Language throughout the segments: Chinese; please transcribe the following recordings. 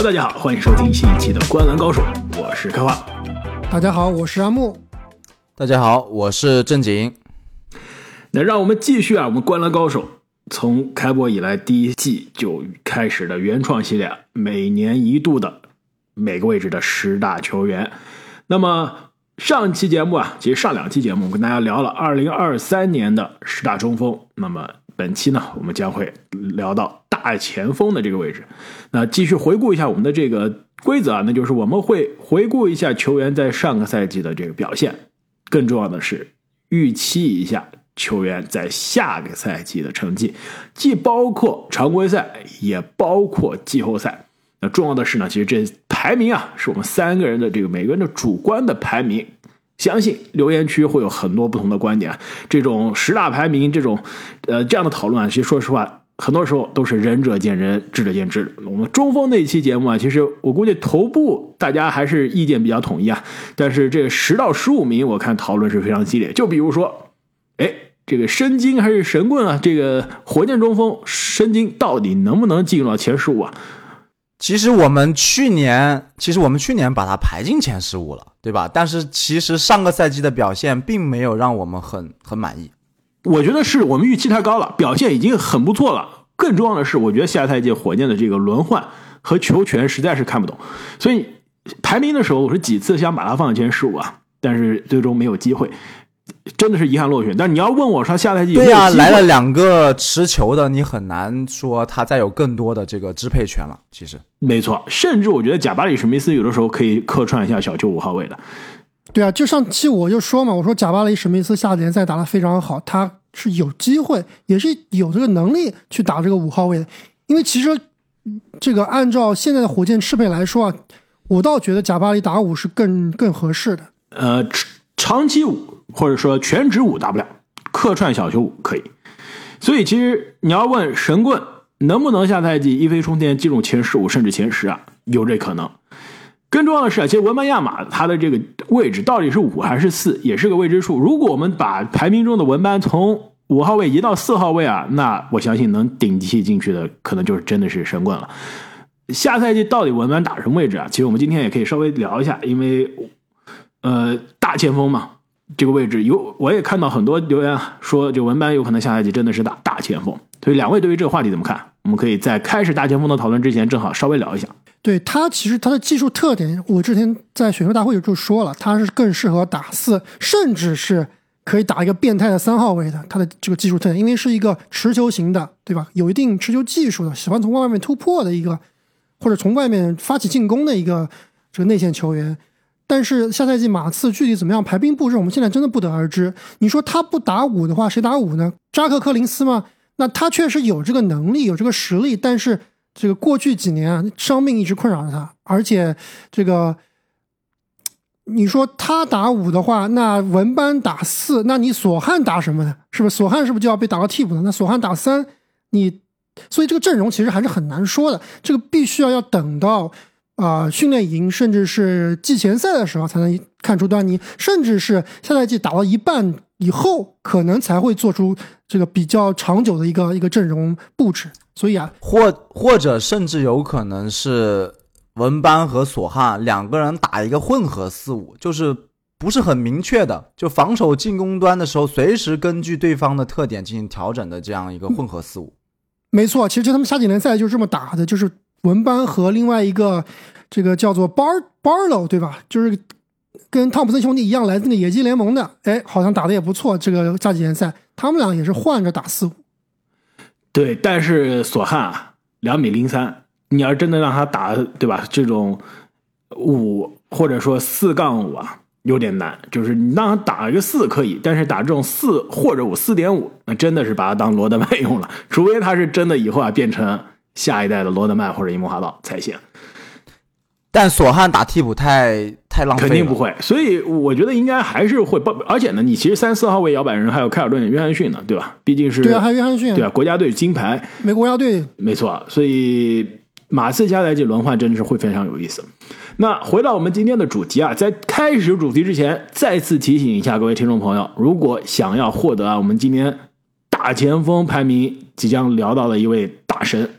大家好，欢迎收听新一期的灌篮高手，我是开花。 大家好，我是阿木。 大家好，我是正经。 那让我们继续我们灌篮高手从开播以来第一季就开始的原创系列，每年一度的每个位置的10大球员。那么上期节目其实上2期节目我跟大家聊了2023年的10大中锋，那么本期呢我们将会聊到大前锋的这个位置。那继续回顾一下我们的这个规则那就是我们会回顾一下球员在上个赛季的这个表现，更重要的是预期一下球员在下个赛季的成绩，既包括常规赛也包括季后赛。那重要的是呢，其实这排名是我们3个人的这个每个人的主观的排名，相信留言区会有很多不同的观点。这种10大排名这样的讨论其实说实话很多时候都是仁者见仁，智者见智。我们中锋那一期节目其实我估计头部大家还是意见比较统一但是这个10到15名我看讨论是非常激烈。就比如说这个申京还是神棍这个火箭中锋申京到底能不能进入到前15 其实我们去年把他排进前15了，对吧？但是其实上个赛季的表现并没有让我们很满意。 我觉得是我们预期太高了，表现已经很不错了。更重要的是，我觉得下赛季火箭的这个轮换和球权实在是看不懂，所以排名的时候我是几次想把他放在前15但是最终没有机会，真的是遗憾落选。但你要问我说下赛季有没有机会， 来了2个持球的，你很难说他再有更多的这个支配权了。其实没错，甚至我觉得贾巴里史密斯有的时候可以客串一下小球5号位的。 对就上期我就说嘛，我说贾巴里史密斯下联赛打得非常好，他是有机会也是有这个能力去打这个5号位的。因为其实这个按照现在的火箭适配来说我倒觉得贾巴里打5是更合适的。 长期5或者说全职5打不了，客串小球5可以。所以其实你要问神棍能不能下赛季一飞冲天进入前15甚至前10有这可能。更重要的是其实文班亚马他的这个位置到底是5还是4也是个未知数。如果我们把排名中的文班从5号位移到4号位那我相信能顶替进去的可能就是真的是神棍了。下赛季到底文班打什么位置其实我们今天也可以稍微聊一下，因为大前锋嘛，这个位置我也看到很多留言说就文班有可能下赛季真的是打大前锋。所以2位对于这个话题怎么看？我们可以在开始大前锋的讨论之前正好稍微聊一下。 对，他其实他的技术特点我之前在选秀大会就说了，他是更适合打4，甚至是可以打一个变态的3号位的。他的这个技术特点因为是一个持球型的，对吧？有一定持球技术的，喜欢从外面突破的一个，或者从外面发起进攻的一个这个内线球员。但是下赛季马刺具体怎么样排兵布阵我们现在真的不得而知。你说他不打5的话谁打5呢？扎克柯林斯吗？那他确实有这个能力有这个实力，但是这个过去几年伤病一直困扰着他。而且这个你说他打5的话，那文班打4，那你索汉打什么呢？是不是索汉是不是就要被打到替补呢？那索汉打3，所以这个阵容其实还是很难说的。这个必须要等到训练营甚至是季前赛的时候才能看出端倪，甚至是下赛季打到一半以后可能才会做出这个比较长久的一个阵容布置。所以或者甚至有可能是文班和索汉2个人打一个混合4-5，就是不是很明确的，就防守进攻端的时候随时根据对方的特点进行调整的这样一个混合4-5。 没错，其实他们夏季联赛就是这么打的，就是文班和另外一个这个叫做 Barlow 对吧，就是跟汤普森兄弟一样来自那个野鸡联盟的，好像打得也不错。这个夏季联赛他们俩也是换着打4-5。对， 但是索汉2.03米，你要真的让他打对吧这种5或者说4-5有点难。就是你让他打一个4可以，但是打这种4或者4.5那真的是把他当罗德曼用了，除非他是真的以后变成下一代的罗德曼或者樱木花道才行。 但索汉打替补太浪费了， 肯定不会。所以我觉得应该还是会，而且呢，你其实3、4号位摇摆人还有凯尔顿、约翰逊呢，对吧？毕竟是对还有约翰逊， 对国家队金牌， 美国国家队， 没错。所以马刺加赛季轮换真的是会非常有意思。那回到我们今天的主题在开始主题之前，再次提醒一下各位听众朋友，如果想要获得我们今天大前锋排名即将聊到的一位大神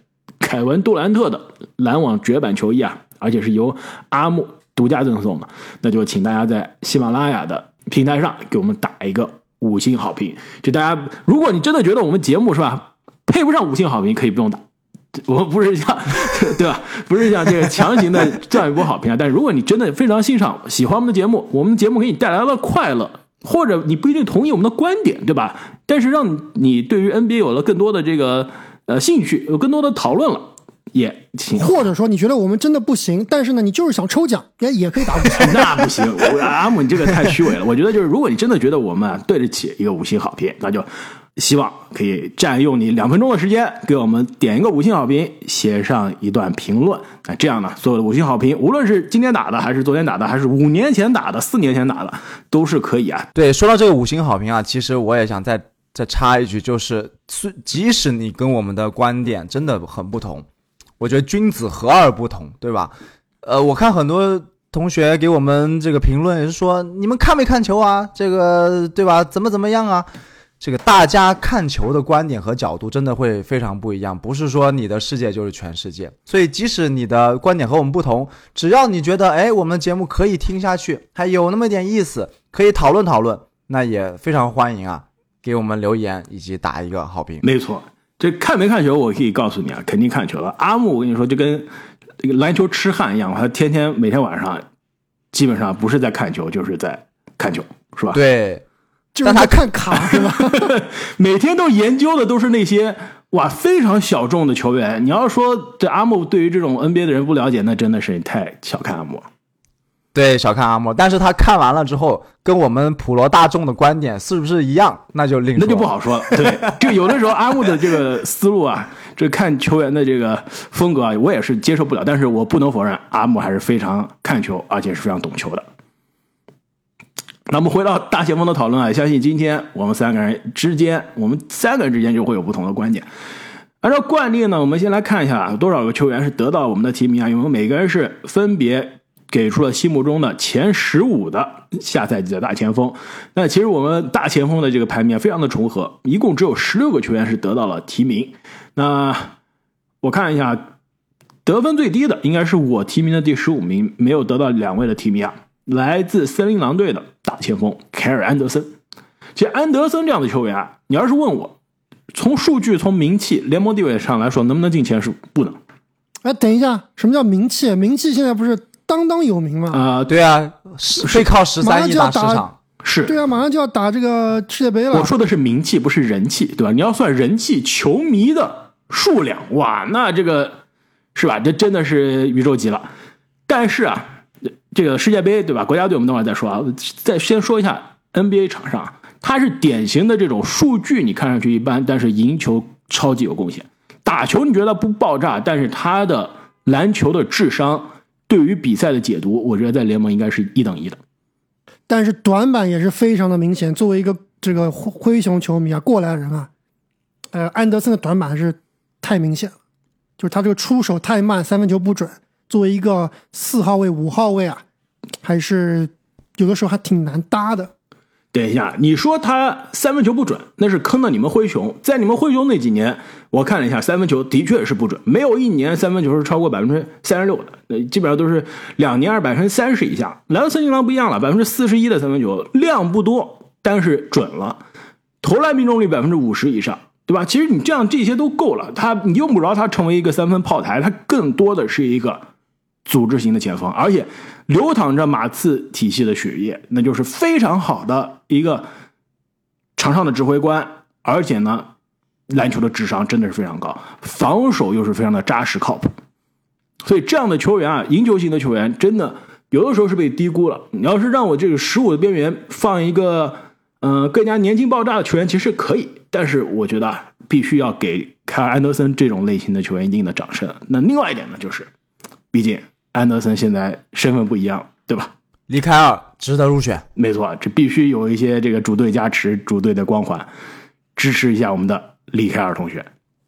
凯文杜兰特的篮网绝版球衣啊，而且是由阿木独家赠送的，那就请大家在喜马拉雅的平台上给我们打一个5星好评。就大家，如果你真的觉得我们节目是吧配不上5星好评，可以不用打。我们不是像对吧？不是像这个强行的赚一波好评啊。但是如果你真的非常欣赏、喜欢我们的节目，我们的节目给你带来了快乐，或者你不一定同意我们的观点，对吧？但是让你对于 NBA 有了更多的这个兴趣，有更多的讨论了，也请。 或者说你觉得我们真的不行，但是呢你就是想抽奖，也可以打5星。 那不行，阿姆你这个太虚伪了。我觉得就是如果你真的觉得我们对得起一个5星好评，那就希望可以占用你2分钟的时间，给我们点一个5星好评，写上一段评论。那这样呢，所有的5星好评，无论是今天打的，还是昨天打的，还是5年前打的，4年前打的，都是可以啊。 对，说到这个5星好评啊，其实我也想再插一句，就是即使你跟我们的观点真的很不同，我觉得君子和而不同，对吧？我看很多同学给我们这个评论也是说，你们看没看球啊？这个对吧？怎么样啊？这个大家看球的观点和角度真的会非常不一样，不是说你的世界就是全世界。所以即使你的观点和我们不同，只要你觉得我们的节目可以听下去，还有那么点意思，可以讨论讨论，那也非常欢迎啊，给我们留言以及打一个好评。 没错，这看没看球我可以告诉你啊，肯定看球了。阿木我跟你说就跟这个篮球痴汉一样，他每天晚上基本上不是在看球就是在看球，是吧？ 对， 就是在看卡是吧？ 每天都研究的都是那些非常小众的球员。你要说这阿木对于这种 NBA 的人不了解，那真的是太小看阿木了。 对，小看阿莫，但是他看完了之后，跟我们普罗大众的观点是不是一样，那就不好说了。对，就有的时候阿木的这个思路啊，这看球员的这个风格啊，我也是接受不了。但是我不能否认，阿木还是非常看球，而且是非常懂球的。那我们回到大前锋的讨论啊，相信今天我们三个人之间就会有不同的观点。按照惯例呢，我们先来看一下多少个球员是得到我们的提名啊，因为我们每个人是分别给出了心目中的前15的下赛季的大前锋。那其实我们大前锋的这个排名非常的重合，一共只有16个球员是得到了提名。那我看一下，得分最低的应该是我提名的第15名，没有得到2位的提名啊，来自森林狼队的大前锋凯尔安德森。其实安德森这样的球员啊，你要是问我从数据从名气联盟地位上来说能不能进前10，不能。 等一下，什么叫名气？名气现在不是当当有名吗？ 对啊，非靠13亿打市场。 是， 对啊，马上就要打这个世界杯了。 我说的是名气，不是人气，对吧？你要算人气，球迷的数量，那这个是吧？这真的是宇宙级了。但是啊，这个世界杯，对吧？国家队我们等会儿再说啊。再先说一下 NBA 场上，它是典型的这种数据你看上去一般，但是赢球超级有贡献。打球你觉得不爆炸，但是他的篮球的智商对于比赛的解读，我觉得在联盟应该是1等1的。 但是短板也是非常的明显。作为一个这个灰熊球迷啊，过来人啊，安德森的短板是太明显了，就是他这个出手太慢，三分球不准。作为一个4号位、5号位啊，还是有的时候还挺难搭的。 等一下，你说他三分球不准，那是坑了你们灰熊。在你们灰熊那几年，我看了一下，三分球的确是不准，没有一年三分球是超过36%的，基本上都是2年30%以下。来到森林狼不一样了，41%的三分球，量不多，但是准了，投篮命中率50%以上，对吧？其实你这些都够了，你用不着他成为一个3分炮台，他更多的是一个组织型的前锋，而且流淌着马刺体系的血液，那就是非常好的一个场上的指挥官，而且呢，篮球的智商真的是非常高，防守又是非常的扎实靠谱。所以这样的球员啊，赢球型的球员真的有的时候是被低估了。你要是让我这个15的边缘放一个更加年轻爆炸的球员，其实可以，但是我觉得必须要给凯尔安德森这种类型的球员一定的掌声。那另外一点呢，就是毕竟安德森现在身份不一样，对吧？ 李凯尔值得入选， 没错，这必须有一些这个主队加持、主队的光环，支持一下我们的李凯尔同学。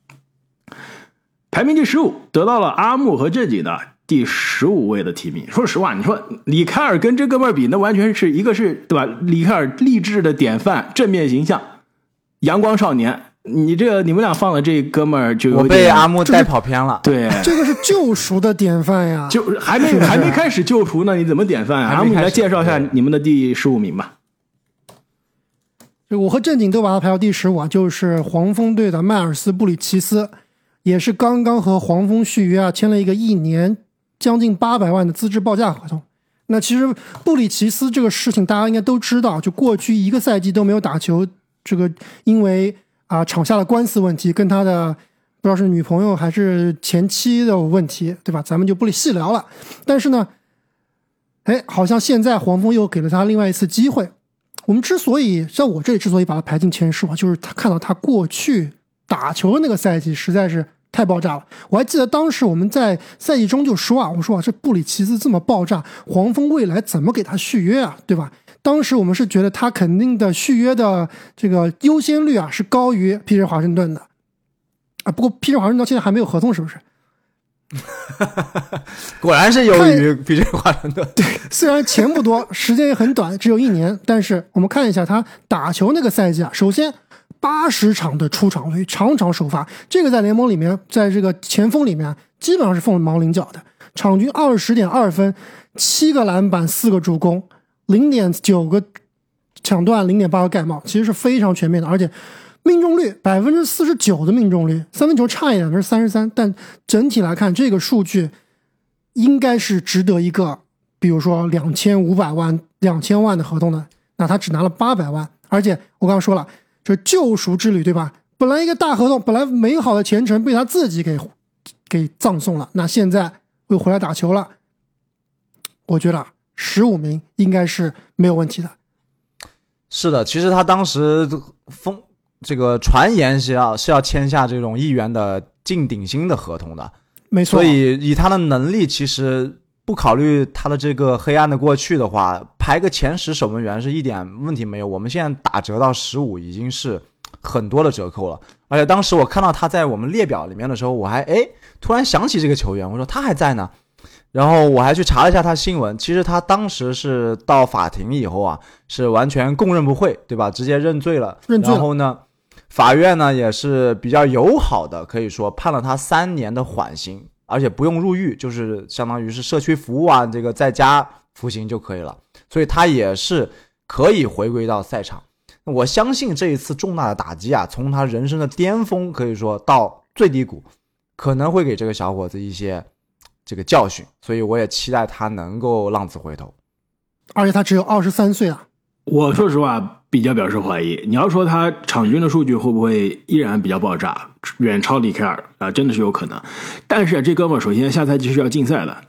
排名第15，得到了阿木和正经的第15位的提名。说实话，你说李凯尔跟这哥们儿比，那完全是一个是对吧？李凯尔励志的典范，正面形象，阳光少年； 你们俩放的这哥们儿就有点， 我被阿木带跑偏了。 对， 这个是救赎的典范呀， 就还没开始救赎呢，你怎么典范啊？阿木，你来介绍一下你们的第15名吧。 我和正经都把他排到第15啊，就是黄蜂队的迈尔斯·布里奇斯，也是刚刚和黄蜂续约啊，签了一个1年将近800万的资质报价合同。那其实布里奇斯这个事情大家应该都知道，就过去1个赛季都没有打球，这个因为场下的官司问题，跟他的不知道是女朋友还是前妻的问题，对吧？咱们就不细聊了。但是呢，好像现在黄蜂又给了他另外一次机会。我们之所以把他排进前10啊，就是他看到他过去打球的那个赛季实在是太爆炸了。我还记得当时我们在赛季中就说我说这布里奇斯这么爆炸，黄蜂未来怎么给他续约啊，对吧？当时我们是觉得他肯定的续约的这个优先率是高于皮尔华盛顿的不过皮尔华盛顿现在还没有合同，是不是？ 果然是优于皮尔华盛顿。 对，虽然钱不多，时间也很短，只有1年，但是我们看一下他打球那个赛季首先80场的出场率，场场首发，这个在联盟里面，在这个前锋里面基本上是凤毛麟角的。场均20.2分，7个篮板，4个助攻，0.9个抢断，0.8个盖帽，其实是非常全面的，而且命中率49%的命中率，三分球差一点是33%，但整体来看这个数据应该是值得一个比如说2500万2000万的合同的，那他只拿了800万，而且我刚刚说了这救赎之旅，对吧？本来一个大合同，本来美好的前程被他自己给葬送了，那现在又回来打球了，我觉得15名应该是没有问题的。 是的，其实他当时这个传言是要签下这种1元的净顶薪的合同的， 没错。 所以以他的能力，其实不考虑他的这个黑暗的过去的话，排个前10守门员是一点问题没有。我们现在打折到15已经是很多的折扣了。而且当时我看到他在我们列表里面的时候，我还突然想起这个球员，我说他还在呢。然后我还去查了一下他新闻，其实他当时是到法庭以后是完全供认不讳，对吧？直接认罪了。然后呢，法院呢也是比较友好的，可以说判了他3年的缓刑，而且不用入狱，就是相当于是社区服务这个在家服刑就可以了。所以他也是可以回归到赛场。我相信这一次重大的打击从他人生的巅峰可以说到最低谷，可能会给这个小伙子一些这个教训，所以我也期待他能够浪子回头。 而且他只有23岁我说实话比较表示怀疑。你要说他场均的数据会不会依然比较爆炸，远超里凯尔真的是有可能。但是这哥们首先下赛季是要竞赛的，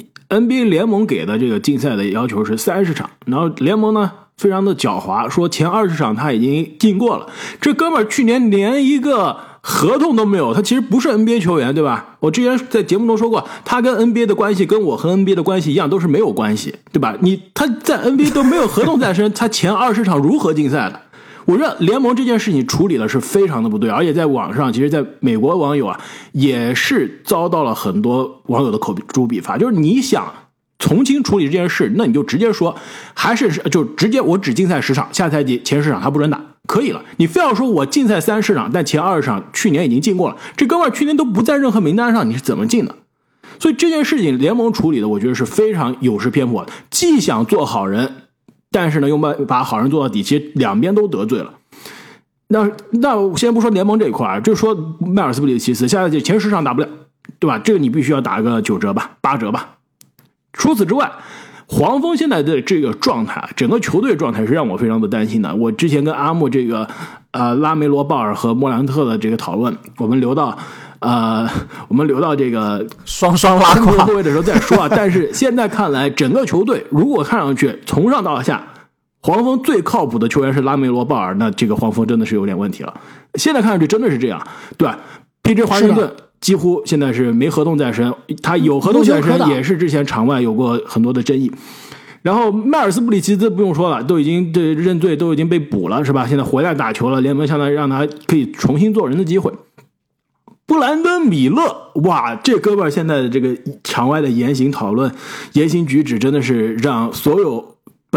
NBA 联盟给的这个竞赛的要求是30场，然后联盟呢非常的狡猾，说前20场他已经进过了。这哥们去年连一个合同都没有，他其实不是 NBA 球员，对吧？我之前在节目中说过，他跟 NBA 的关系跟我和 NBA 的关系一样，都是没有关系，对吧？他在 NBA 都没有合同在身，他前20场如何竞赛的？我觉得联盟这件事情处理的是非常的不对，而且在网上，其实在美国网友也是遭到了很多网友的口诛笔伐，就是你想从轻处理这件事，那你就直接说，就直接我只竞赛10场，下赛季前10场他不准打，可以了。你非要说我竞赛30场，但前20场去年已经进过了，这哥们儿去年都不在任何名单上，你是怎么进的？所以这件事情联盟处理的，我觉得是非常有失偏颇的，既想做好人，但是呢又把好人做到底，其实两边都得罪了。那我先不说联盟这一块，就说迈尔斯布里奇斯下赛季前10场打不了，对吧？这个你必须要打个9折吧，8折吧。除此之外，黄蜂现在的这个状态，整个球队状态是让我非常的担心的。我之前跟阿木这个拉梅罗鲍尔和莫兰特的这个讨论，我们留到这个双拉胯后卫的时候再说但是现在看来，整个球队如果看上去从上到下，黄蜂最靠谱的球员是拉梅罗鲍尔，那这个黄蜂真的是有点问题了。现在看上去真的是这样，对吧？PJ 华盛顿几乎现在是没合同在身，他有合同在身也是之前场外有过很多的争议。然后迈尔斯布里奇斯不用说了，都已经对认罪都已经被捕了，是吧？现在回来打球了，联盟相当于让他可以重新做人的机会。布兰登米勒，哇，这哥们儿现在的这个场外的言行讨论、言行举止，真的是让所有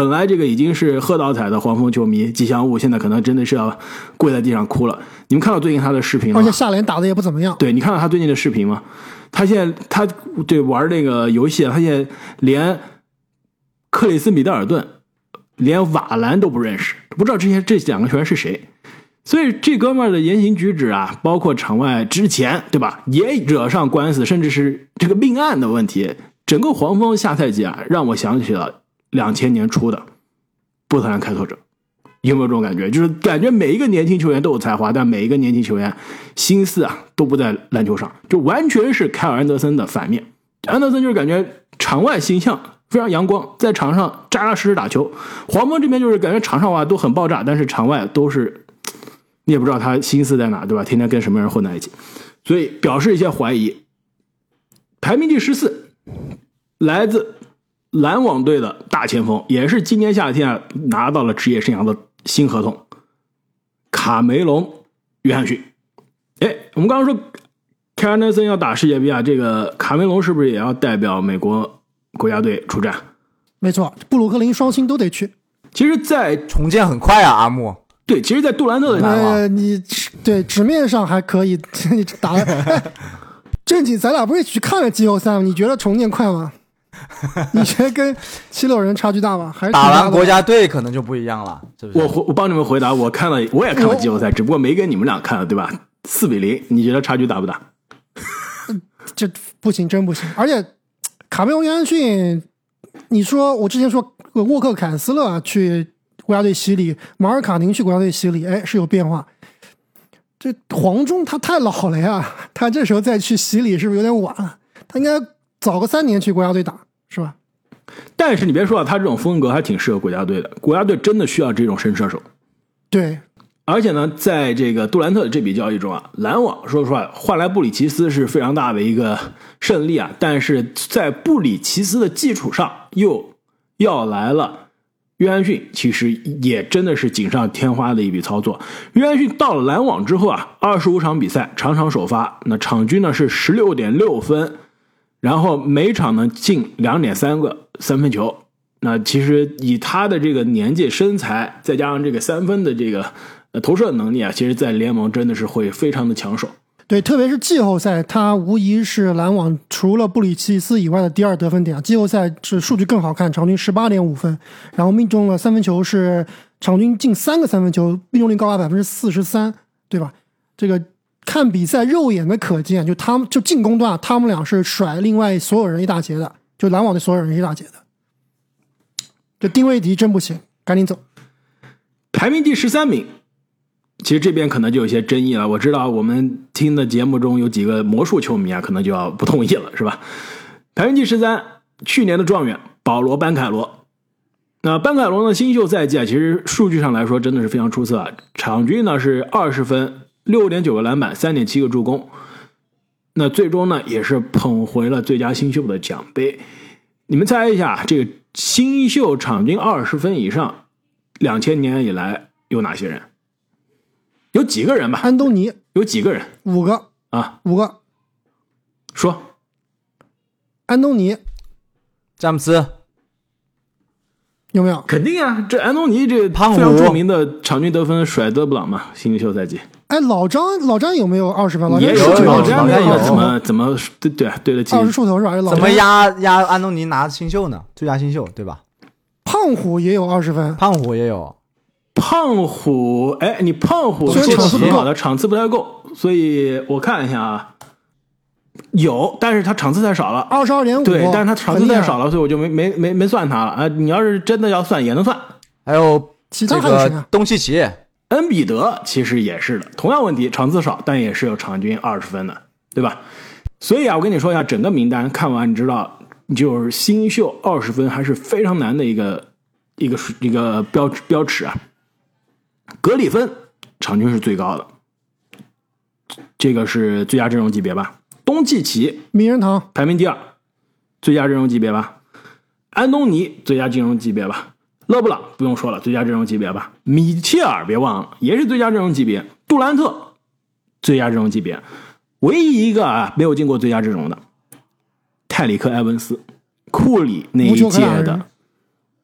本来这个已经是喝倒彩的黄蜂球迷吉祥物，现在可能真的是要跪在地上哭了。你们看到最近他的视频吗？ 而且下联打的也不怎么样。 对，你看到他最近的视频吗？他现在对玩那个游戏，他现在连克里斯米德尔顿、连瓦兰都不认识，不知道这两个球员是谁。所以这哥们儿的言行举止啊，包括场外之前，对吧，也惹上官司，甚至是这个命案的问题。整个黄蜂下赛季啊，让我想起了2000年初的波特兰开拓者。有没有这种感觉？就是感觉每一个年轻球员都有才华，但每一个年轻球员心思啊都不在篮球上，就完全是凯尔安德森的反面。安德森就是感觉场外形象非常阳光，在场上扎扎实实打球。黄蜂这边就是感觉场上都很爆炸，但是场外都是你也不知道他心思在哪，对吧？天天跟什么人混在一起，所以表示一些怀疑。排名第14，来自篮网队的大前锋，也是今年夏天啊拿到了职业生涯的新合同，卡梅隆·约翰逊。我们刚刚说凯尔安德森要打世界杯啊，这个卡梅隆是不是也要代表美国国家队出战？ 没错，布鲁克林双星都得去。 其实在重建很快啊，阿木。 对，其实在杜兰特的你对纸面上还可以，你打了正经咱俩不是一起去看了季后赛吗？你觉得重建快吗？你觉得跟76人差距大吗？还是打完国家队可能就不一样了，是不是？ 我帮你们回答，我也看了季后赛，只不过没跟你们俩看了，对吧？4-0，你觉得差距大不大？ 这不行，真不行。而且卡梅隆·约翰逊，你说我之前说沃克·坎斯勒去国家队洗礼，马尔卡宁去国家队洗礼，是有变化。这黄忠他太老了呀，他这时候再去洗礼是不是有点晚了？他应该早个3年去国家队打，是吧？ 但是你别说啊，他这种风格还挺适合国家队的，国家队真的需要这种神射手。 对， 而且呢，在这个杜兰特的这笔交易中啊，篮网说实话换来布里奇斯是非常大的一个胜利啊，但是在布里奇斯的基础上又要来了约翰逊，其实也真的是锦上添花的一笔操作。约翰逊到了篮网之后啊，25场比赛场场首发，那场均呢是 16.6 分，然后每场呢进 2.3 个三分球。那其实以他的这个年纪身材，再加上这个3分的这个投射能力啊，其实在联盟真的是会非常的抢手。 对，特别是季后赛，他无疑是篮网除了布里奇斯以外的第2得分点。季后赛是数据更好看，场均 18.5 分，然后命中了三分球是场均进3个三分球，命中率高达 43%， 对吧？这个看比赛肉眼的可见，就进攻端他们俩是甩另外所有人一大截的，就篮网的所有人一大截的。这丁威迪真不行，赶紧走。 排名第13名。其实这边可能就有些争议了，我知道我们听的节目中有几个魔术球迷啊，可能就要不同意了，是吧？排名第13，去年的状元保罗·班凯罗。那班凯罗呢，新秀赛季啊，其实数据上来说真的是非常出色啊，场均呢是20分，6.9 个篮板，3.7 个助攻。那最终呢也是捧回了最佳新秀的奖杯。你们猜一下，这个新秀场均20分以上，2000年以来有哪些人？有几个人吧？ 安东尼有几个人 ？5个啊 ，5个。 说， 安东尼、 詹姆斯有没有？ 肯定啊，这安东尼这胖虎非常著名的场均得分甩德布朗嘛，新秀赛季。 老张有没有20分？ 也有，老詹没有怎么对得起 20出头是吧？ 怎么压安东尼拿新秀呢？最佳新秀对吧？ 胖虎也有20分， 胖虎也有。 胖虎，你胖虎说的挺好的，场次不太够，所以我看一下啊，有，但是他场次太少了 ，22.5， 对，但是他场次太少了，所以我就没算他了啊。你要是真的要算，也能算。 还有其他还有谁啊？ 东契奇、 恩比德其实也是的，同样问题，场次少，但也是有场均20分的，对吧？所以啊，我跟你说一下整个名单，看完你知道，就是新秀20分还是非常难的一个标尺啊。格里芬场均是最高的，这个是最佳阵容级别吧？东契奇名人堂排名第2，最佳阵容级别吧？安东尼最佳阵容级别吧？勒布朗不用说了，最佳阵容级别吧？米切尔别忘了，也是最佳阵容级别。杜兰特最佳阵容级别，唯一一个没有进过最佳阵容的泰里克·埃文斯，库里那一届的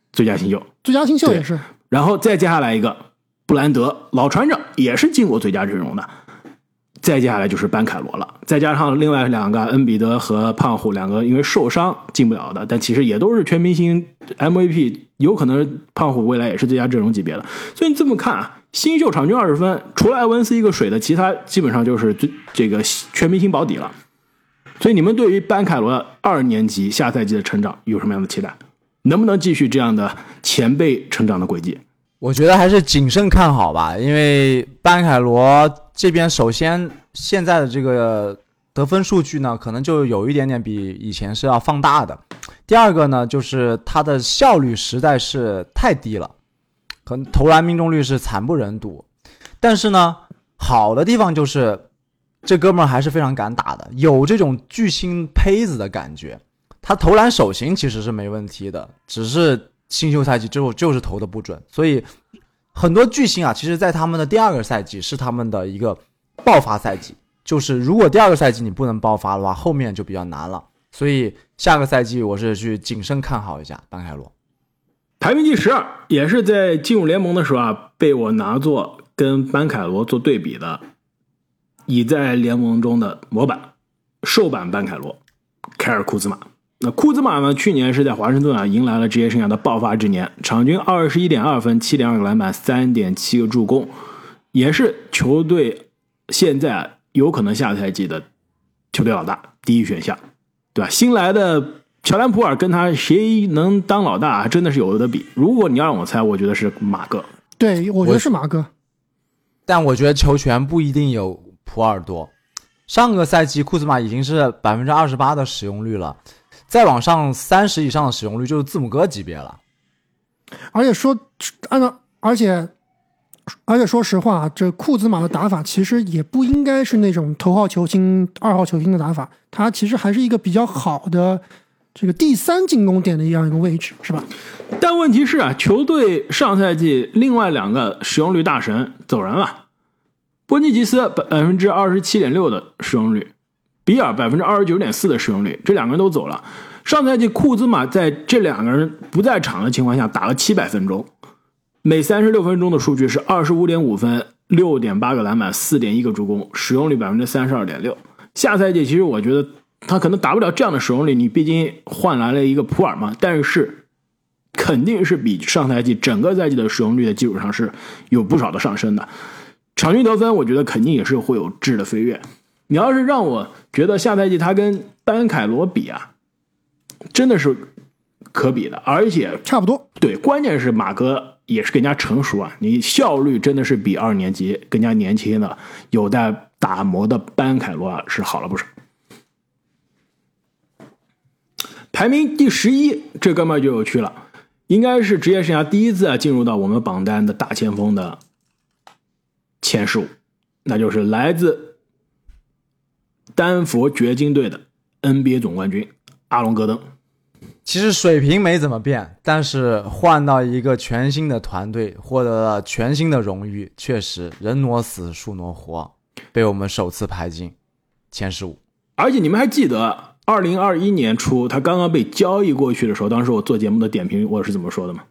最佳新秀， 最佳新秀也是。 然后再接下来一个布兰德，老船长，也是进过最佳阵容的。再接下来就是班凯罗了，再加上另外2个恩比德和胖虎2个因为受伤进不了的，但其实也都是全明星 MVP， 有可能胖虎未来也是最佳阵容级别的。所以你这么看啊，新秀场均20分，除了埃文斯一个水的，其他基本上就是这个全明星保底了。所以你们对于班凯罗2年级下赛季的成长有什么样的期待？能不能继续这样的前辈成长的轨迹？ 我觉得还是谨慎看好吧，因为班凯罗这边首先现在的这个得分数据呢，可能就有一点点比以前是要放大的。第二个呢，就是他的效率实在是太低了，可能投篮命中率是惨不忍睹。但是呢，好的地方就是这哥们儿还是非常敢打的，有这种巨星胚子的感觉。他投篮手型其实是没问题的，只是新秀赛季之后就是投的不准，所以很多巨星啊，其实在他们的第2个赛季是他们的一个爆发赛季，就是如果第2个赛季你不能爆发的话，后面就比较难了。所以下个赛季我是去谨慎看好一下班凯罗。 排名第12，也是在进入联盟的时候啊，被我拿作跟班凯罗做对比的，已在联盟中的模板瘦版班凯罗凯尔库兹马。那库兹马呢，去年是在华盛顿啊迎来了职业生涯的爆发之年，场均 21.2 分 7.2 个篮板 3.7 个助攻，也是球队现在有可能下赛季的球队老大，第一选项，对吧？新来的乔丹普尔跟他谁能当老大，真的是有得比。如果你要让我猜，我觉得是马哥。 对，我觉得是马哥， 但我觉得球权不一定有普尔多。上个赛季库兹马已经是 28% 的使用率了，再往上30以上的使用率就是字母哥级别了。 而且说实话，这库兹马的打法其实也不应该是那种头号球星、2号球星的打法，他其实还是一个比较好的这个第3进攻点的这样一个位置，是吧？ 但问题是啊，球队上赛季另外2个使用率大神走人了，波尼吉斯 27.6% 的使用率，比尔 29.4% 的使用率，这2个人都走了。上赛季库兹马在这2个人不在场的情况下打了700分钟，每36分钟的数据是 25.5 分 6.8 个篮板 4.1 个助攻，使用率 32.6%。 下赛季其实我觉得他可能达不了这样的使用率，你毕竟换来了一个普尔嘛，但是肯定是比上赛季整个赛季的使用率的基础上是有不少的上升的。场均得分我觉得肯定也是会有质的飞跃。你要是让我觉得下赛季他跟班凯罗比啊，真的是可比的，而且差不多。 对，关键是马哥也是更加成熟啊，你效率真的是比2年级更加年轻的有待打磨的班凯罗啊是好了不少。排名第11，这哥们就有趣了，应该是职业生涯第一次啊进入到我们榜单的大前锋的前15，那就是来自丹佛掘金队的 NBA 总冠军阿隆戈登。 其实水平没怎么变，但是换到一个全新的团队，获得了全新的荣誉，确实人挪死树挪活，被我们首次排进前15。 而且你们还记得2021年初他刚刚被交易过去的时候，当时我做节目的点评我是怎么说的吗？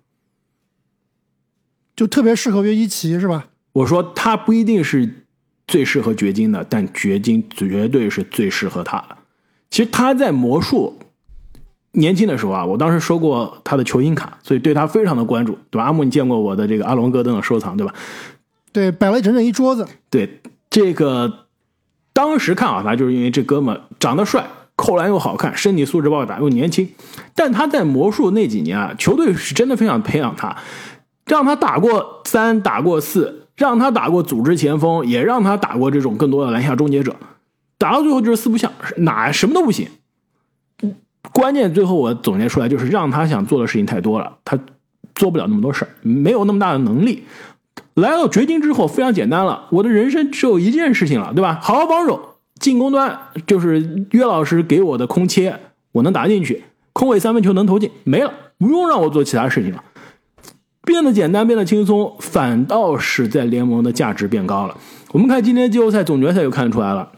就特别适合约基奇是吧？ 我说他不一定是最适合掘金的，但掘金绝对是最适合他的。其实他在魔术年轻的时候啊，我当时收过他的球星卡，所以对他非常的关注，对吧？阿木，你见过我的这个阿隆戈登的收藏，对吧？ 对，摆了整整一桌子。 对，这个当时看好他，就是因为这哥们长得帅，扣篮又好看，身体素质爆打，又年轻。但他在魔术那几年啊，球队是真的非常培养他，让他打过3，打过4，让他打过组织前锋，也让他打过这种更多的篮下终结者，打到最后就是4不像，什么都不行。关键最后我总结出来就是让他想做的事情太多了，他做不了那么多事儿，没有那么大的能力。来到掘金之后非常简单了，我的人生只有一件事情了，对吧？好好防守，进攻端就是约老师给我的空切我能打进去，空位3分球能投进，没了，不用让我做其他事情了，变得简单，变得轻松，反倒是在联盟的价值变高了。我们看今天季后赛总决赛就看得出来了，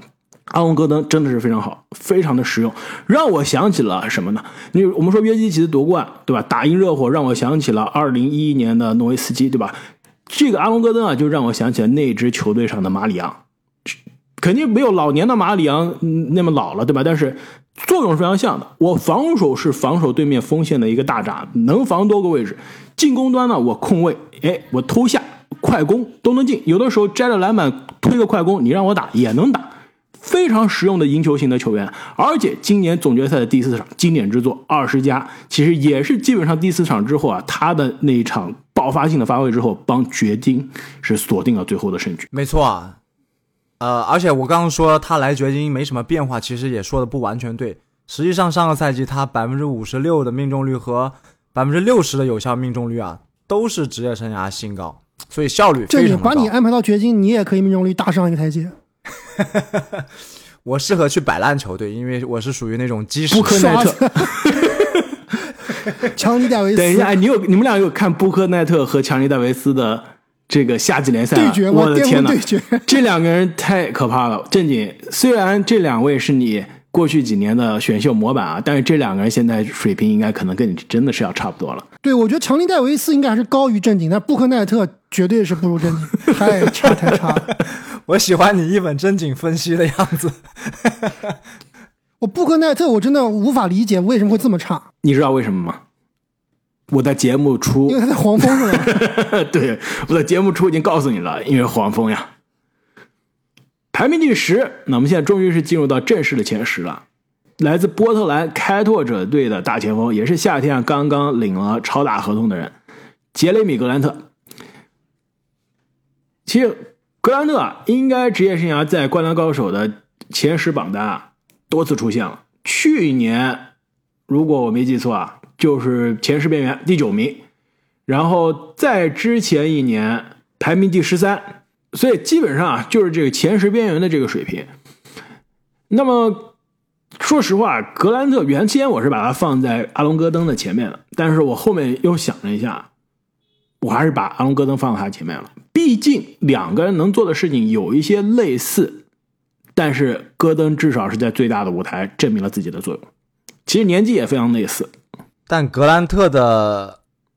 阿隆戈登真的是非常好，非常的实用，让我想起了什么呢？我们说约基奇的夺冠，对吧？打赢热火，让我想起了2011年的诺维斯基，对吧？这个阿隆戈登啊，就让我想起了那支球队上的马里昂，肯定没有老年的马里昂那么老了，对吧？但是作用是非常像的。我防守是防守对面锋线的一个大闸，能防多个位置。进攻端呢，我控卫，我偷下快攻都能进，有的时候摘了篮板推个快攻，你让我打也能打。非常实用的赢球型的球员，而且今年总决赛的第4场经典之作20加，其实也是基本上第4场之后啊，他的那一场爆发性的发挥之后，帮掘金是锁定了最后的胜局。 没错啊，而且我刚刚说他来掘金没什么变化，其实也说的不完全对。实际上上个赛季他56%的命中率和60%的有效命中率啊，都是职业生涯新高，所以效率非常的高。 把你安排到掘金，你也可以命中率大上一个台阶。 我适合去摆烂球队，因为我是属于那种基石。 布克奈特强尼戴维斯。 等一下，你们俩有看布克奈特和强尼戴维斯的这个夏季联赛对决吗？ 我的天哪， 对决这两个人太可怕了。正经，虽然这两位是你过去几年的选秀模板啊，但是这两个人现在水平应该可能跟你真的是要差不多了。 对，我觉得强尼戴维斯应该还是高于正经，但布克奈特绝对是不如正经，太差了。 我喜欢你一本正经分析的样子。 我布克奈特我真的无法理解为什么会这么差。 你知道为什么吗？我在节目初， 因为他在黄蜂是吧？ 对，我在节目初已经告诉你了，因为黄蜂呀。排名第10，那我们现在终于是进入到正式的前10了。来自波特兰开拓者队的大前锋，也是夏天刚刚领了超大合同的人，杰雷米·格兰特。其实格兰特啊，应该职业生涯在灌篮高手的前10榜单啊多次出现了。去年如果我没记错啊，就是前10边缘第9名，然后在之前一年排名第13，所以基本上啊就是这个前10边缘的这个水平。那么说实话，格兰特原先我是把他放在阿隆戈登的前面的，但是我后面又想了一下，我还是把阿隆戈登放到他前面了。毕竟两个人能做的事情有一些类似，但是戈登至少是在最大的舞台证明了自己的作用，其实年纪也非常类似。 但格兰特的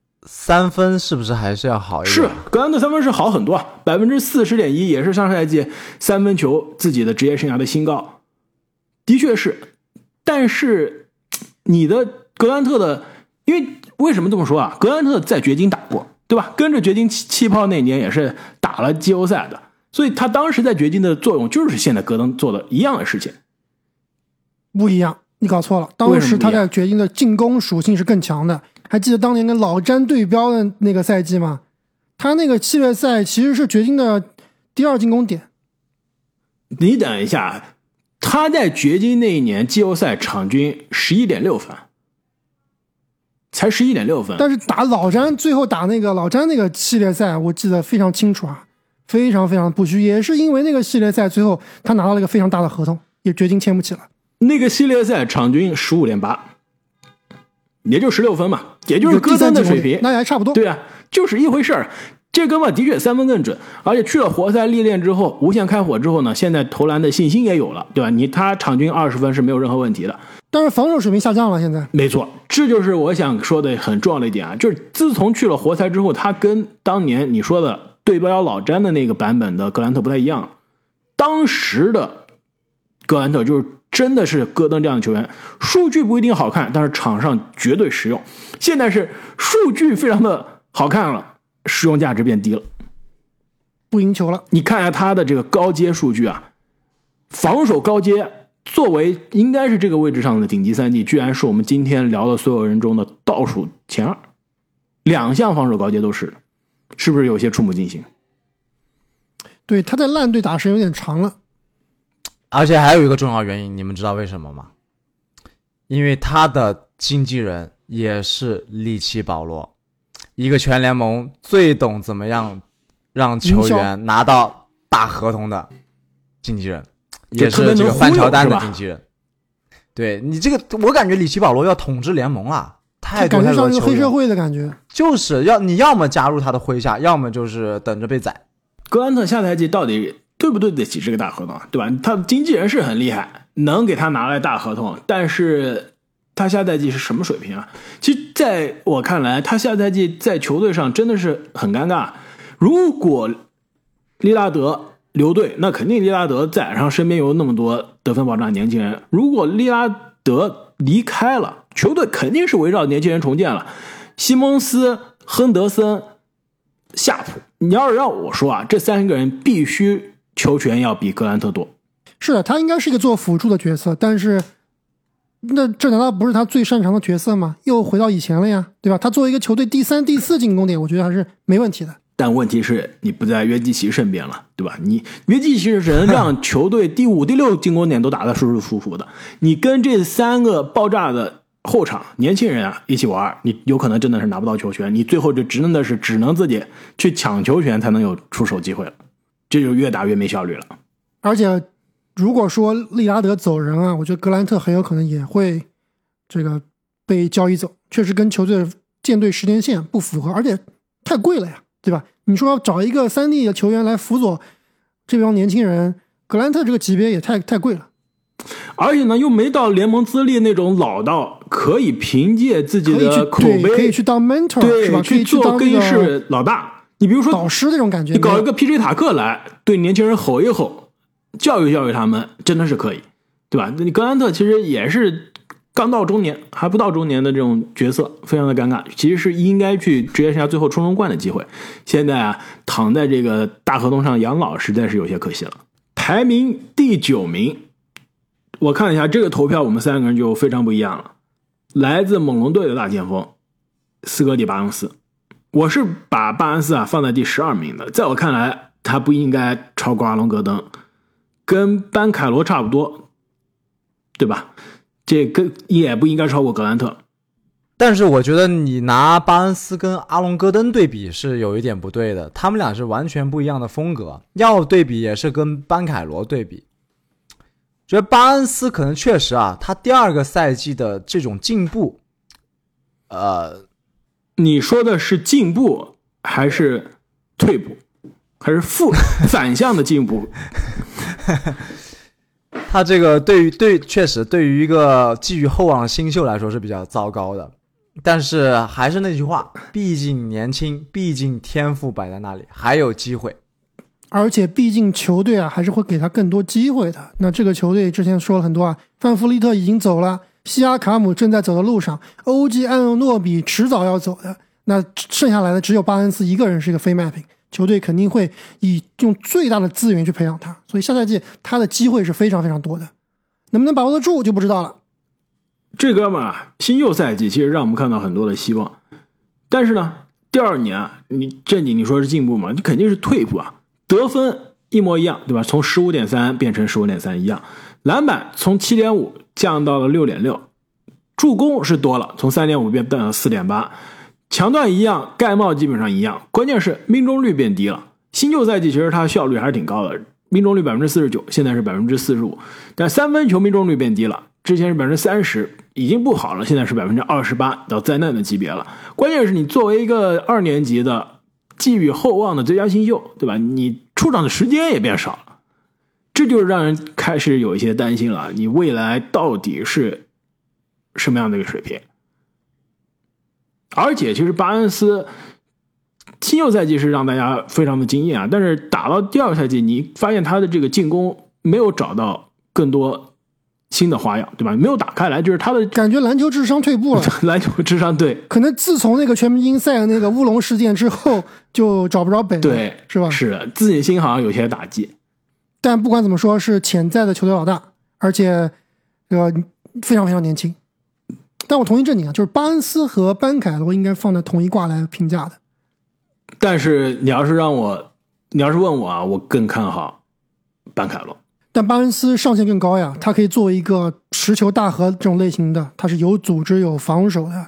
3分是不是还是要好一点？ 是，格兰特3分是好很多啊，40.1%也是上赛季3分球自己的职业生涯的新高，的确是。但是你的格兰特的，因为为什么这么说啊？格兰特在掘金打过，对吧？跟着掘金气泡那年也是打了季后赛的，所以他当时在掘金的作用就是现在戈登做的一样的事情。 不一样，你搞错了。当时他在掘金的进攻属性是更强的，还记得当年跟老詹对标的那个赛季吗？他那个系列赛其实是掘金的第2进攻点。 你等一下，他在掘金那一年季后赛场均11.6分，才11.6分。 但是打老詹，最后打那个老詹那个系列赛，我记得非常清楚啊，非常非常不虚。也是因为那个系列赛最后他拿到了一个非常大的合同，也掘金签不起了。 那个系列赛场均15.8，也就16分嘛，也就是戈登的水平， 那还差不多。 对啊，就是一回事儿。这哥们的确3分更准，而且去了活塞历练之后，无限开火之后呢，现在投篮的信心也有了，对吧？他场均20分是没有任何问题的， 但是防守水平下降了。现在没错，这就是我想说的很重要的一点啊，就是自从去了活塞之后，他跟当年你说的对标老詹的那个版本的格兰特不太一样。当时的格兰特就是真的是戈登这样的球员，数据不一定好看，但是场上绝对实用。现在是数据非常的好看了，实用价值变低了， 不赢球了。 你看一下他的这个高阶数据啊，防守高阶作为应该是这个位置上的顶级3D，居然是我们今天聊的所有人中的倒数前2，2项防守高阶都是，是不是有些触目惊心？ 对，他在烂队打时间有点长了。 而且还有一个重要原因，你们知道为什么吗？因为他的经纪人也是里奇保罗，一个全联盟最懂怎么样让球员拿到大合同的经纪人，也是这个范乔丹的经纪人。对，你这个，我感觉里奇保罗要统治联盟啊，太多太多球员，感觉像一个黑社会的感觉。 就是你要么加入他的麾下，要么就是等着被宰。 格兰特下赛季到底对不对得起这个大合同，对吧？他的经纪人是很厉害，能给他拿来大合同，但是他下赛季是什么水平啊？其实在我看来，他下赛季在球队上真的是很尴尬。如果利拉德留队，那肯定利拉德在，然后身边有那么多得分保障年轻人。如果利拉德离开了，球队肯定是围绕年轻人重建了。西蒙斯、亨德森、夏普，你要是让我说啊，这3个人必须球权要比格兰特多。 是的，他应该是一个做辅助的角色，但是那这难道不是他最擅长的角色吗？又回到以前了呀，对吧？他作为一个球队第3、第4进攻点，我觉得还是没问题的。 但问题是你不在约基奇身边了，对吧？你约基奇是能让球队第5、第6进攻点都打得舒舒服服的，你跟这3个爆炸的后场年轻人啊一起玩，你有可能真的是拿不到球权，你最后就只能自己去抢球权才能有出手机会了，这就越打越没效率了。 而且如果说利拉德走人啊，我觉得格兰特很有可能也会这个被交易走，确实跟球队建队时间线不符合，而且太贵了呀，对吧？你说要找一个3D 的球员来辅佐这帮年轻人，格兰特这个级别也太贵了， 而且呢又没到联盟资历那种老到可以凭借自己的口碑可以去当 mentor， 对， 是吧？ 去做更衣室老大。你比如说导师那种感觉， 你搞一个 PJ 塔克来对年轻人吼一吼，教育他们，真的是可以，对吧？你格兰特其实也是刚到中年还不到中年的这种角色，非常的尴尬，其实是应该去职业生涯最后冲冲冠的机会，现在啊躺在这个大合同上养老实在是有些可惜了。排名第9名，我看了一下这个投票，我们3个人就非常不一样了。来自猛龙队的大前锋斯科蒂·巴恩斯，我是把巴恩斯啊放在第12名的，在我看来他不应该超过阿隆戈登，跟班凯罗差不多，对吧？这个也不应该超过格兰特。 但是我觉得你拿巴恩斯跟阿隆戈登对比是有一点不对的，他们俩是完全不一样的风格，要对比也是跟班凯罗对比。觉得巴恩斯可能确实啊，他第2个赛季的这种进步， 你说的是进步还是退步，还是反向的进步？ 他这个确实对于一个寄予厚望的新秀来说是比较糟糕的。但是还是那句话，毕竟年轻，毕竟天赋摆在那里，还有机会。 而且毕竟球队啊还是会给他更多机会的。那这个球队之前说了很多啊，范弗利特已经走了，西亚卡姆正在走的路上，欧记安诺比迟早要走的，那剩下来的只有巴恩斯一个人是一个非卖品，球队肯定会用最大的资源去培养他，所以下赛季他的机会是非常非常多的，能不能把握得住就不知道了。 这哥们儿新秀赛季其实让我们看到很多的希望，但是呢第2年啊，你说是进步吗？你肯定是退步啊。得分一模一样，对吧？从 15.3 变成 15.3 一样，篮板从 7.5 降到了 6.6， 助攻是多了，从 3.5 变到了 4.8， 抢断一样，盖帽基本上一样，关键是命中率变低了。新秀赛季其实他效率还是挺高的，命中率 49%， 现在是 45%， 但三分球命中率变低了，之前是 30%， 已经不好了，现在是 28%， 到灾难的级别了。关键是你作为一个2年级的寄予厚望的最佳新秀，对吧？你出场的时间也变少了，这就是让人开始有一些担心了，你未来到底是什么样的一个水平？而且其实巴恩斯新秀赛季是让大家非常的惊艳啊，但是打到第2个赛季，你发现他的这个进攻没有找到更多新的花样，对吧？没有打开来，就是他的感觉篮球智商退步了。 篮球智商对， 可能自从那个全明星赛的那个乌龙事件之后，就找不着北了， 对， 是吧？ 是的，自信心好像有些打击。 但不管怎么说，是潜在的球队老大，而且非常非常年轻。但我同意这点啊，就是巴恩斯和班凯罗应该放在同一挂来评价的。 但是你要是问我啊，我更看好班凯罗。 但巴恩斯上限更高呀，他可以作为一个持球大核这种类型的，他是有组织有防守的。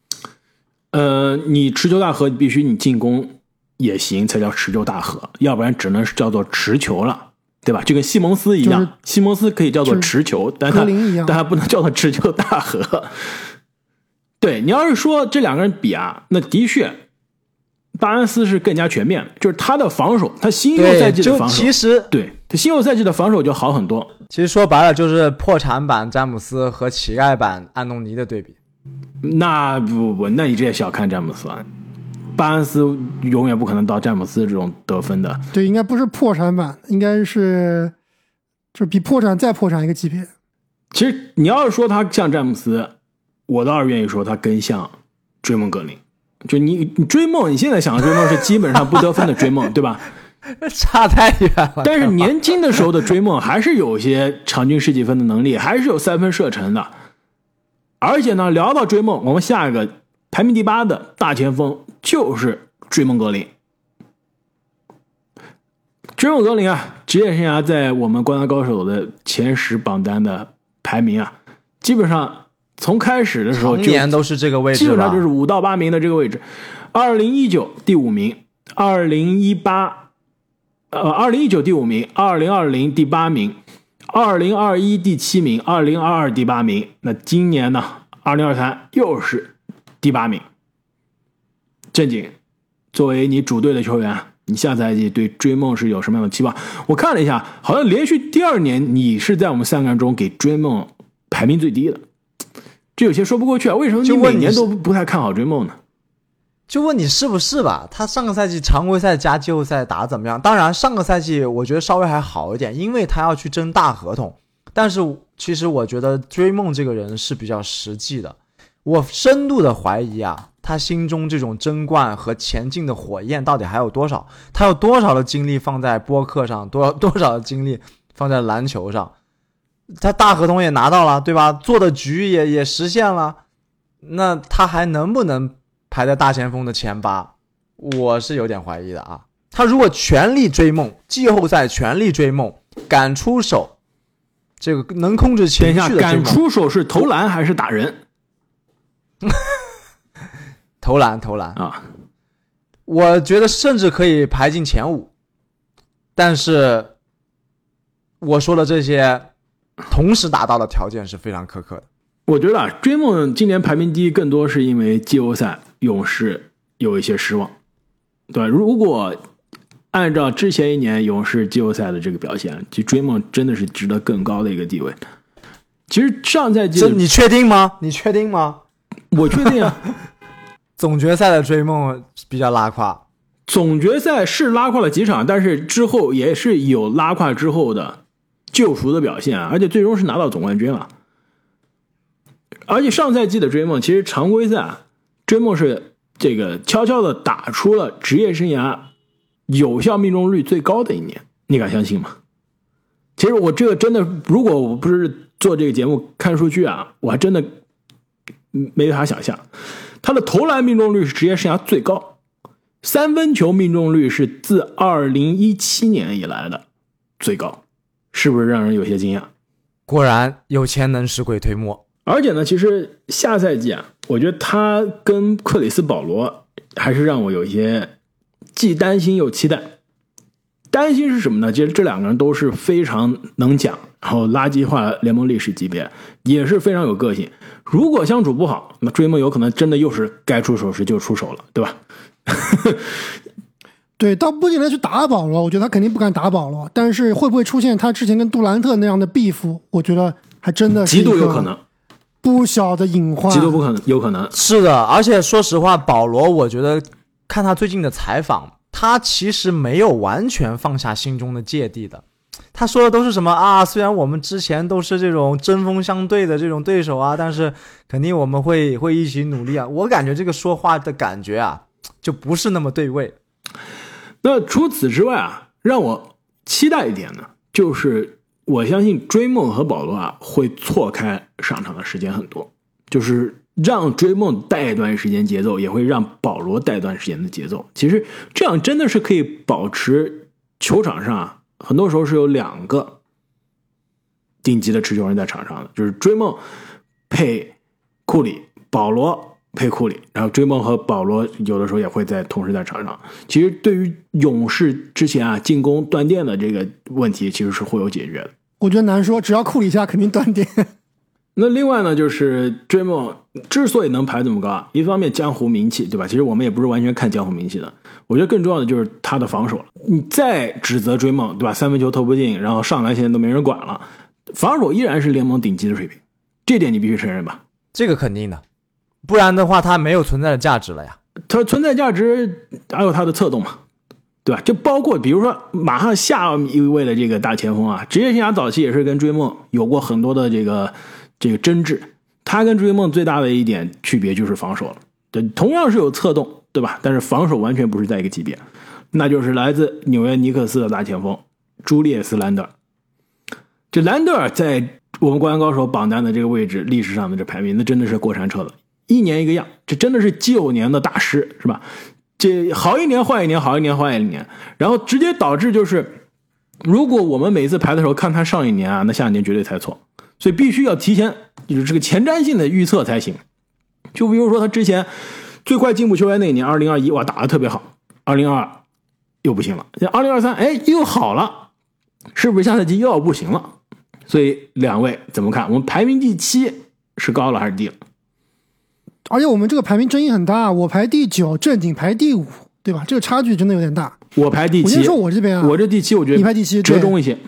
你持球大核必须你进攻也行才叫持球大核，要不然只能是叫做持球了，对吧？就跟西蒙斯一样，西蒙斯可以叫做持球，但他不能叫做持球大核。对，你要是说这2个人比啊，那的确巴恩斯是更加全面的，就是他的防守，他新秀赛季的防守， 其实对， 新秀赛季的防守就好很多。 其实说白了就是破产版詹姆斯和乞丐版安东尼的对比。 那不，那你这也小看詹姆斯啊。巴恩斯永远不可能到詹姆斯这种得分的。 对，应该不是破产版，应该是就是比破产再破产一个级别。 其实你要是说他像詹姆斯，我倒是愿意说他更像追梦格林。就你追梦，你现在想的追梦是基本上不得分的追梦，对吧？ 差太远了。 但是年轻的时候的追梦还是有些场均10几分的能力，还是有3分射程的。而且呢，聊到追梦，我们下一个排名第8的大前锋就是追梦格林。追梦格林啊，职业生涯在我们灌篮高手的前10榜单的排名啊，基本上从开始的时候常年都是这个位置， 基本上就是5到8名的这个位置。2019第5名，2019第5名，2020第8名，2021第7名，2022第8名。那今年呢，2023又是第8名。正经，作为你主队的球员，你下赛季对追梦是有什么样的期望？我看了一下，好像连续第2年你是在我们3个人中给追梦排名最低的，这有些说不过去啊。为什么你每年都不太看好追梦呢？ 就问你是不是吧？他上个赛季常规赛加季后赛打怎么样？当然上个赛季我觉得稍微还好一点，因为他要去争大合同。但是其实我觉得追梦这个人是比较实际的，我深度的怀疑啊，他心中这种争冠和前进的火焰到底还有多少？他有多少的精力放在播客上，多少的精力放在篮球上？他大合同也拿到了，对吧？做的局也实现了，那他还能不能排在大前锋的前8？我是有点怀疑的啊。他如果全力追梦，季后赛全力追梦，敢出手，这个能控制情绪的追梦。 敢出手是投篮还是打人？ 投篮啊！我觉得甚至可以排进前5，但是我说的这些同时达到的条件是非常苛刻的。 我觉得啊，追梦今年排名低，更多是因为季后赛勇士有一些失望。对，如果按照之前一年勇士季后赛的这个表现，其实追梦真的是值得更高的一个地位。其实上赛季， 你确定吗？ 我确定啊。 总决赛的追梦比较拉胯， 总决赛是拉胯了几场，但是之后也是有拉胯之后的救赎的表现啊，而且最终是拿到总冠军了。而且上赛季的追梦，其实常规赛追梦是这个悄悄的打出了职业生涯有效命中率最高的一年，你敢相信吗？其实我这个真的，如果我不是做这个节目看数据啊，我还真的没法想象。他的投篮命中率是职业生涯最高，3分球命中率是自2017年以来的最高，是不是让人有些惊讶？ 果然有钱能使鬼推磨。 而且呢，其实下赛季啊，我觉得他跟克里斯保罗还是让我有一些既担心又期待。担心是什么呢？其实这2个人都是非常能讲，然后垃圾话联盟历史级别，也是非常有个性。如果相处不好，那追梦有可能真的又是该出手时就出手了，对吧？ 对，倒不仅来去打保罗，我觉得他肯定不敢打保罗，但是会不会出现他之前跟杜兰特那样的beef，我觉得还真的是极度有可能， 不小的隐患， 极度不可能，有可能是的。而且说实话，保罗，我觉得看他最近的采访，他其实没有完全放下心中的芥蒂的。他说的都是什么啊？虽然我们之前都是这种针锋相对的这种对手啊，但是肯定我们会一起努力啊。我感觉这个说话的感觉啊，就不是那么对味。 那除此之外啊，让我期待一点呢，就是我相信追梦和保罗啊会错开上场的时间很多，就是让追梦带一段时间节奏，也会让保罗带一段时间的节奏。其实这样真的是可以保持球场上啊，很多时候是有2个顶级的持球人在场上的，就是追梦配库里，保罗配库里，然后追梦和保罗有的时候也会在同时在场上。其实对于勇士之前啊进攻断电的这个问题，其实是会有解决的。 我觉得难说，只要库里下肯定断电。 那另外呢，就是追梦之所以能排这么高啊，一方面江湖名气，对吧？其实我们也不是完全看江湖名气的，我觉得更重要的就是他的防守了。你再指责追梦，对吧？三分球投不进，然后上篮现在都没人管了，防守依然是联盟顶级的水平，这点你必须承认吧？这个肯定的，不然的话他没有存在的价值了呀。 他存在价值还有他的策动嘛，对吧？就包括比如说马上下一位的这个大前锋啊，职业生涯早期也是跟追梦有过很多的这个争执，他跟追梦最大的一点区别就是防守了，对，同样是有策动，对吧？但是防守完全不是在一个级别，那就是来自纽约尼克斯的大前锋朱利叶斯·兰德尔。这兰德尔在我们灌篮高手榜单的这个位置，历史上的这排名，那真的是过山车了，一年一个样，这真的是9年的大师，是吧？这好一年换一年，好一年换一年，然后直接导致就是，如果我们每次排的时候看他上一年啊，那下一年绝对猜错，所以必须要提前就是这个前瞻性的预测才行。就比如说他之前最快进步球员那一年2021，哇，打得特别好，2022又不行了，2023哎又好了，是不是下赛季又要不行了？所以两位怎么看？我们排名第7是高了还是低了？ 而且我们这个排名争议很大，我排第9，正经排第5，对吧？这个差距真的有点大。 我排第7， 我先说我这边啊， 我这第7，我觉得你排第7， 折中一些。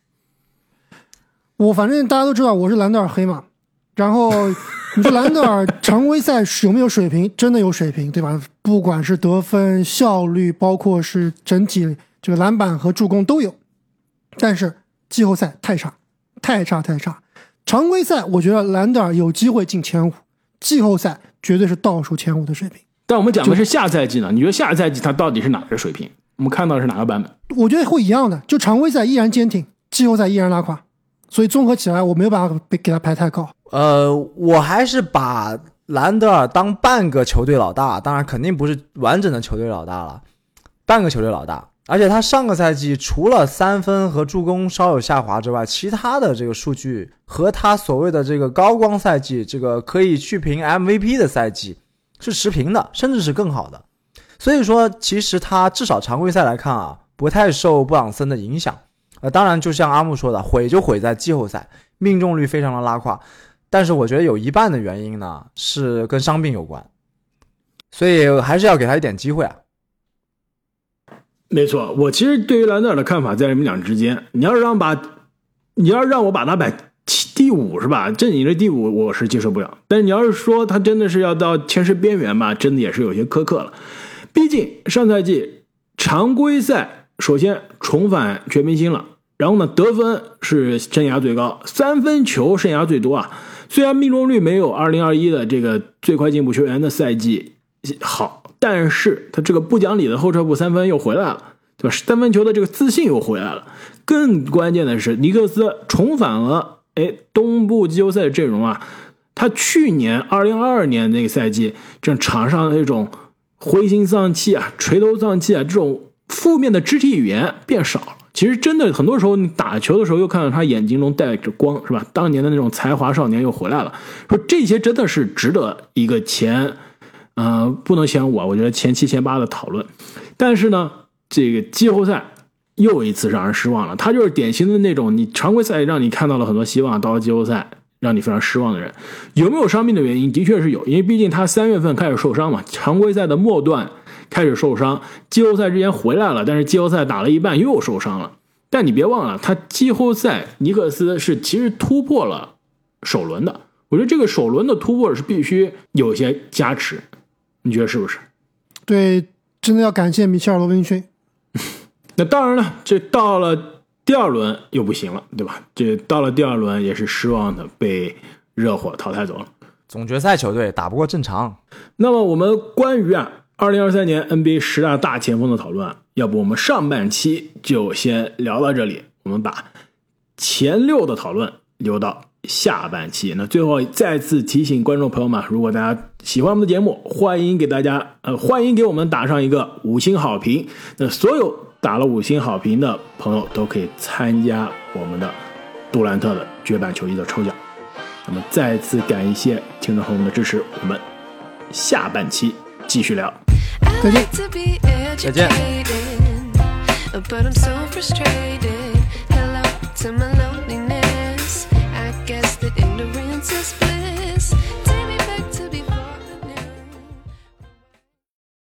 我反正大家都知道我是兰德尔黑嘛，然后你说兰德尔常规赛有没有水平？真的有水平，对吧？不管是得分、效率，包括是整体这个篮板和助攻都有，但是季后赛太差。常规赛我觉得兰德尔有机会进前5，季后赛绝对是倒数前5的水平。 但我们讲的是下赛季呢，你觉得下赛季他到底是哪个水平？我们看到的是哪个版本？ 我觉得会一样的，就常规赛依然坚挺，季后赛依然拉垮，所以综合起来我没有办法给他排太高。 我还是把兰德尔当半个球队老大，当然肯定不是完整的球队老大了，半个球队老大。而且他上个赛季除了3分和助攻稍有下滑之外，其他的这个数据和他所谓的这个高光赛季，这个可以去评 MVP 的赛季是持平的，甚至是更好的。所以说其实他至少常规赛来看啊，不太受布朗森的影响。当然就像阿木说的，毁就毁在季后赛命中率非常的拉胯，但是我觉得有一半的原因呢是跟伤病有关，所以还是要给他一点机会啊。 没错，我其实对于兰德尔的看法在你们俩之间，你要让我把他摆第5是吧？正经的第5我是接受不了，但是你要是说他真的是要到前10边缘吧，真的也是有些苛刻了。毕竟上赛季常规赛首先重返全明星了，然后呢得分是生涯最高，3分球生涯最多啊。虽然命中率没有2021的这个最快进步球员的赛季好，但是他这个不讲理的后撤步3分又回来了，对吧？3分球的这个自信又回来了。更关键的是尼克斯重返了东部季后赛的阵容啊。他去年2022年那个赛季这场上的那种灰心丧气啊、垂头丧气啊，这种负面的肢体语言变少了。其实真的很多时候你打球的时候又看到他眼睛中带着光，是吧？当年的那种才华少年又回来了。说这些真的是值得一个不能前5啊，我觉得前7前8的讨论。但是呢这个季后赛又一次让人失望了，他就是典型的那种你常规赛让你看到了很多希望，到了季后赛让你非常失望的人。有没有伤病的原因？的确是有，因为毕竟他3月份开始受伤嘛，常规赛的末段开始受伤，季后赛之前回来了，但是季后赛打了一半又受伤了。但你别忘了，他季后赛尼克斯是其实突破了首轮的，我觉得这个首轮的突破是必须有一些加持，你觉得是不是？ 对，真的要感谢米切尔·罗宾逊。 那当然了，这到了第2轮又不行了，对吧？这到了第2轮也是失望的，被热火淘汰走了。 总决赛球队打不过正常。 那么我们关于2023年 NBA 10大大前锋的讨论，要不我们上半期就先聊到这里，我们把前6的讨论留到下半期。那最后再次提醒观众朋友们，如果大家喜欢我们的节目，欢迎给我们打上一个5星好评。那所有打了5星好评的朋友都可以参加我们的杜兰特的绝版球衣的抽奖。那么再次感谢听众朋友们的支持，我们下半期继续聊。 再见。 再见。